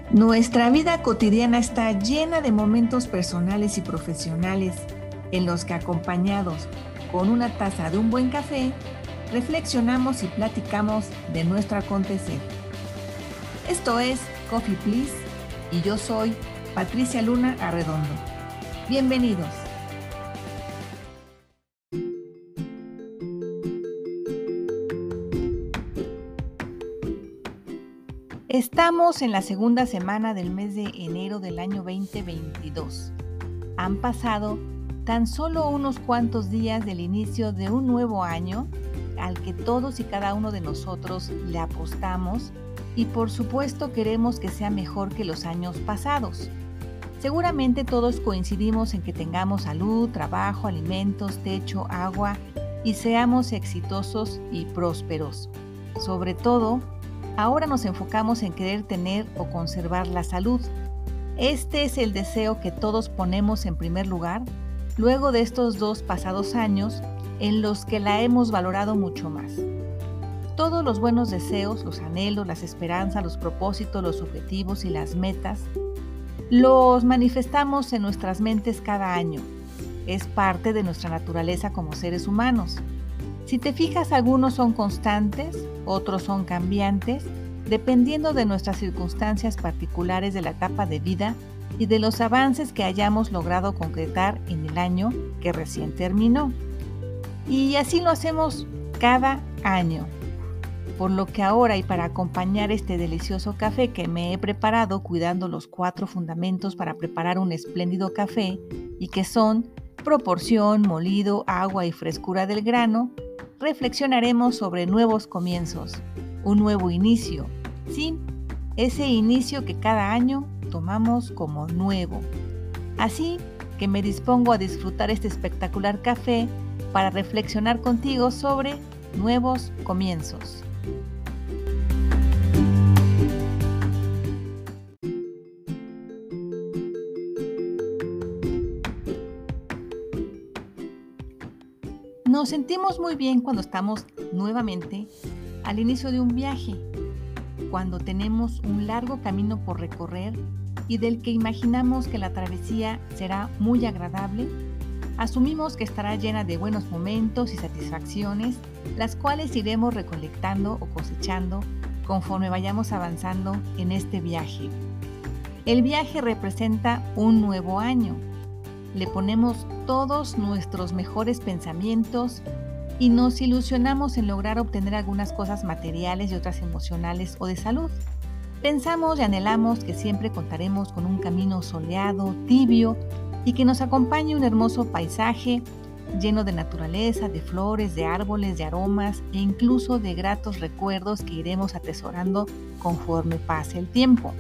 Nuestra vida cotidiana está llena de momentos personales y profesionales en los que, acompañados con una taza de un buen café, reflexionamos y platicamos de nuestro acontecer. Esto es Coffee Please y yo soy Patricia Luna Arredondo. Bienvenidos. Estamos en la segunda semana del mes de enero del año 2022. Han pasado tan solo unos cuantos días del inicio de un nuevo año al que todos y cada uno de nosotros le apostamos y por supuesto queremos que sea mejor que los años pasados. Seguramente todos coincidimos en que tengamos salud, trabajo, alimentos, techo, agua y seamos exitosos y prósperos. Sobre todo, ahora nos enfocamos en querer tener o conservar la salud. Este es el deseo que todos ponemos en primer lugar, luego de estos 2 pasados años en los que la hemos valorado mucho más. Todos los buenos deseos, los anhelos, las esperanzas, los propósitos, los objetivos y las metas, los manifestamos en nuestras mentes cada año. Es parte de nuestra naturaleza como seres humanos. Si te fijas, algunos son constantes, otros son cambiantes, dependiendo de nuestras circunstancias particulares de la etapa de vida y de los avances que hayamos logrado concretar en el año que recién terminó. Y así lo hacemos cada año. Por lo que ahora, y para acompañar este delicioso café que me he preparado cuidando los 4 fundamentos para preparar un espléndido café, y que son proporción, molido, agua y frescura del grano, reflexionaremos sobre nuevos comienzos, un nuevo inicio, sí, ese inicio que cada año tomamos como nuevo. Así que me dispongo a disfrutar este espectacular café para reflexionar contigo sobre nuevos comienzos. Nos sentimos muy bien cuando estamos nuevamente al inicio de un viaje, cuando tenemos un largo camino por recorrer y del que imaginamos que la travesía será muy agradable. Asumimos que estará llena de buenos momentos y satisfacciones, las cuales iremos recolectando o cosechando conforme vayamos avanzando en este viaje. El viaje representa un nuevo año. Le ponemos todos nuestros mejores pensamientos y nos ilusionamos en lograr obtener algunas cosas materiales y otras emocionales o de salud. Pensamos y anhelamos que siempre contaremos con un camino soleado, tibio y que nos acompañe un hermoso paisaje lleno de naturaleza, de flores, de árboles, de aromas e incluso de gratos recuerdos que iremos atesorando conforme pase el tiempo.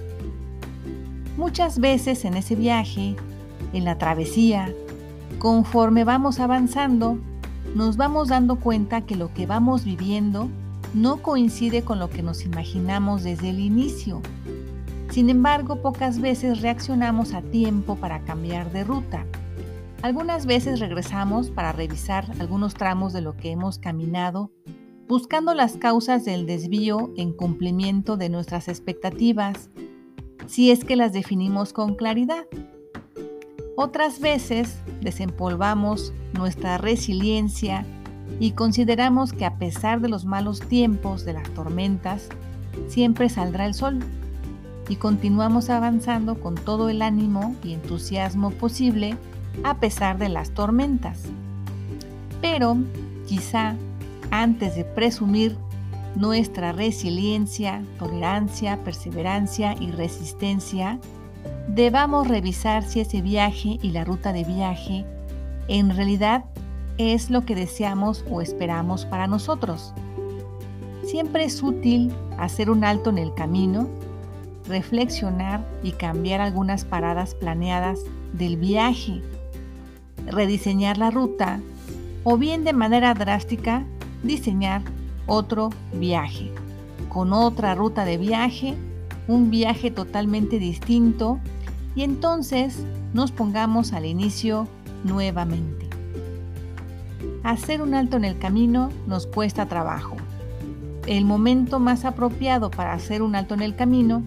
Muchas veces en ese viaje, en la travesía, conforme vamos avanzando, nos vamos dando cuenta que lo que vamos viviendo no coincide con lo que nos imaginamos desde el inicio. Sin embargo, pocas veces reaccionamos a tiempo para cambiar de ruta. Algunas veces regresamos para revisar algunos tramos de lo que hemos caminado, buscando las causas del desvío en cumplimiento de nuestras expectativas, si es que las definimos con claridad. Otras veces desempolvamos nuestra resiliencia y consideramos que a pesar de los malos tiempos, de las tormentas, siempre saldrá el sol y continuamos avanzando con todo el ánimo y entusiasmo posible a pesar de las tormentas. Pero quizá antes de presumir nuestra resiliencia, tolerancia, perseverancia y resistencia, debamos revisar si ese viaje y la ruta de viaje en realidad es lo que deseamos o esperamos para nosotros. Siempre es útil hacer un alto en el camino, reflexionar y cambiar algunas paradas planeadas del viaje, rediseñar la ruta o bien de manera drástica diseñar otro viaje, con otra ruta de viaje, un viaje totalmente distinto y entonces nos pongamos al inicio nuevamente. Hacer un alto en el camino nos cuesta trabajo. El momento más apropiado para hacer un alto en el camino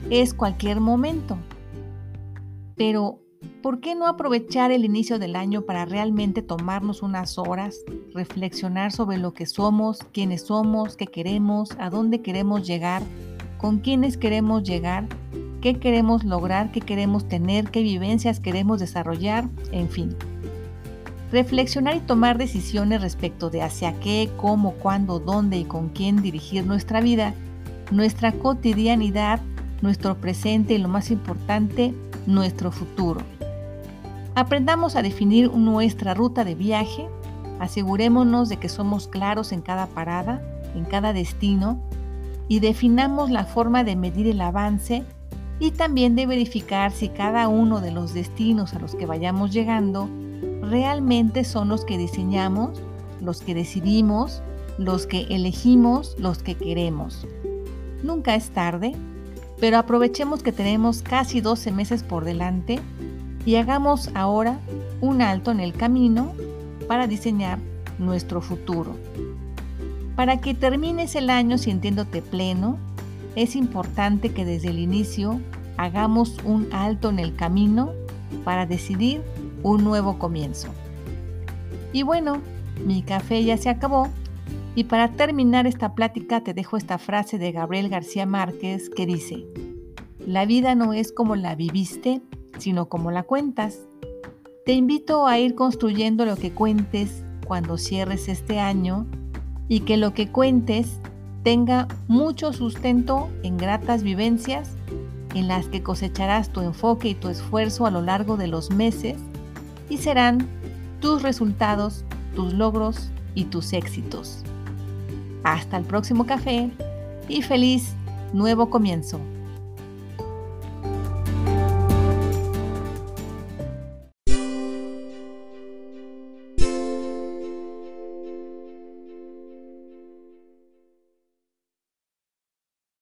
es cualquier momento. Pero, ¿por qué no aprovechar el inicio del año para realmente tomarnos unas horas, reflexionar sobre lo que somos, quiénes somos, qué queremos, a dónde queremos llegar, con quiénes queremos llegar, qué queremos lograr, qué queremos tener, qué vivencias queremos desarrollar, en fin? Reflexionar y tomar decisiones respecto de hacia qué, cómo, cuándo, dónde y con quién dirigir nuestra vida, nuestra cotidianidad, nuestro presente y, lo más importante, nuestro futuro. Aprendamos a definir nuestra ruta de viaje, asegurémonos de que somos claros en cada parada, en cada destino, y definamos la forma de medir el avance y también de verificar si cada uno de los destinos a los que vayamos llegando realmente son los que diseñamos, los que decidimos, los que elegimos, los que queremos. Nunca es tarde, pero aprovechemos que tenemos casi 12 meses por delante y hagamos ahora un alto en el camino para diseñar nuestro futuro. Para que termines el año sintiéndote pleno, es importante que desde el inicio hagamos un alto en el camino para decidir un nuevo comienzo. Y bueno, mi café ya se acabó y para terminar esta plática te dejo esta frase de Gabriel García Márquez que dice: la vida no es como la viviste, sino como la cuentas. Te invito a ir construyendo lo que cuentes cuando cierres este año y que lo que cuentes tenga mucho sustento en gratas vivencias en las que cosecharás tu enfoque y tu esfuerzo a lo largo de los meses y serán tus resultados, tus logros y tus éxitos. Hasta el próximo café y feliz nuevo comienzo.